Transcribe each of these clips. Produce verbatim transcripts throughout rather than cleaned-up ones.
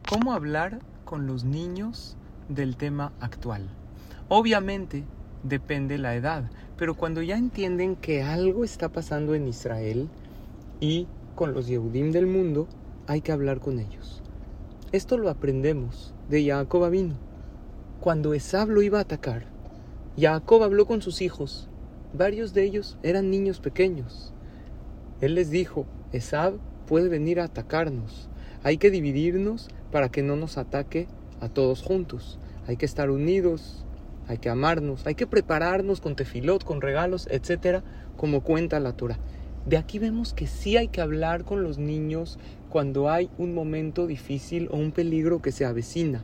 ¿Cómo hablar con los niños del tema actual? Obviamente depende la edad, pero cuando ya entienden que algo está pasando en Israel y con los Yehudim del mundo, hay que hablar con ellos. Esto lo aprendemos de Jacob Avinu. Cuando Esav lo iba a atacar, Jacob habló con sus hijos. Varios de ellos eran niños pequeños. Él les dijo: Esav puede venir a atacarnos. Hay que dividirnos para que no nos ataque a todos juntos. Hay que estar unidos, hay que amarnos, hay que prepararnos con tefilot, con regalos, etcétera, como cuenta la Torah. De aquí vemos que sí hay que hablar con los niños cuando hay un momento difícil o un peligro que se avecina.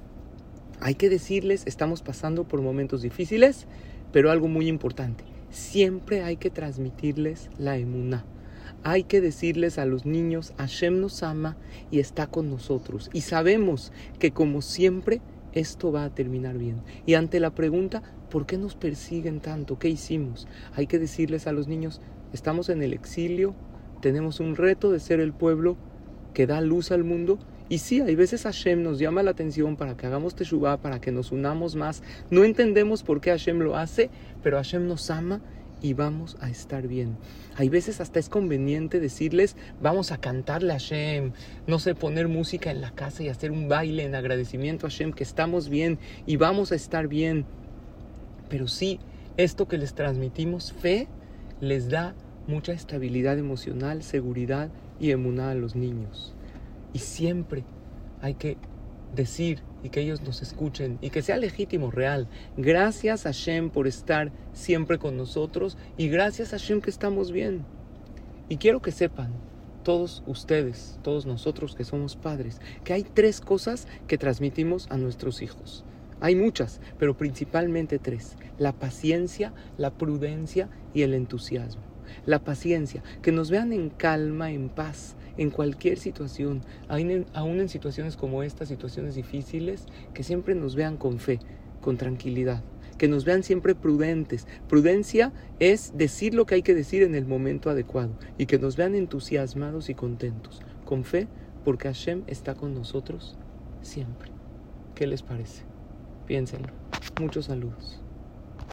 Hay que decirles: estamos pasando por momentos difíciles, pero algo muy importante, siempre hay que transmitirles la emuná. Hay que decirles a los niños: Hashem nos ama y está con nosotros. Y sabemos que, como siempre, esto va a terminar bien. Y ante la pregunta: ¿por qué nos persiguen tanto? ¿Qué hicimos? Hay que decirles a los niños: estamos en el exilio, tenemos un reto de ser el pueblo que da luz al mundo. Y sí, hay veces Hashem nos llama la atención para que hagamos teshuvá, para que nos unamos más. No entendemos por qué Hashem lo hace, pero Hashem nos ama y vamos a estar bien. Hay veces hasta es conveniente decirles: vamos a cantarle a Hashem, no sé, poner música en la casa y hacer un baile en agradecimiento a Hashem, que estamos bien y vamos a estar bien. Pero sí, esto que les transmitimos, fe, les da mucha estabilidad emocional, seguridad y emuná a los niños. Y siempre hay que decir y que ellos nos escuchen y que sea legítimo, real. Gracias a Hashem por estar siempre con nosotros y gracias a Hashem que estamos bien. Y quiero que sepan, todos ustedes, todos nosotros que somos padres, que hay tres cosas que transmitimos a nuestros hijos. Hay muchas, pero principalmente tres: la paciencia, la prudencia y el entusiasmo. La paciencia, que nos vean en calma, en paz, en cualquier situación, aún en situaciones como estas, situaciones difíciles, que siempre nos vean con fe, con tranquilidad, que nos vean siempre prudentes. Prudencia es decir lo que hay que decir en el momento adecuado y que nos vean entusiasmados y contentos, con fe, porque Hashem está con nosotros siempre. ¿Qué les parece? Piénsenlo. Muchos saludos.